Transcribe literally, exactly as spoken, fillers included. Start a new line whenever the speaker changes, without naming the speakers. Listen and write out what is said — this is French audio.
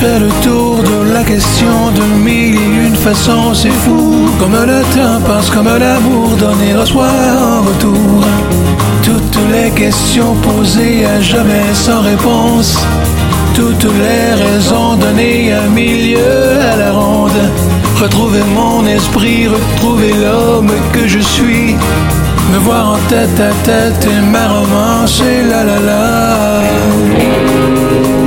fait le tour de la question de mille et une façons, c'est fou. Comme le temps passe, comme l'amour donne et reçoit en retour. Toutes les questions posées à jamais sans réponse. Toutes les raisons données à milieu à la ronde. Retrouver mon esprit, retrouver l'homme que je suis. Me voir en tête à tête et ma romance et la la la.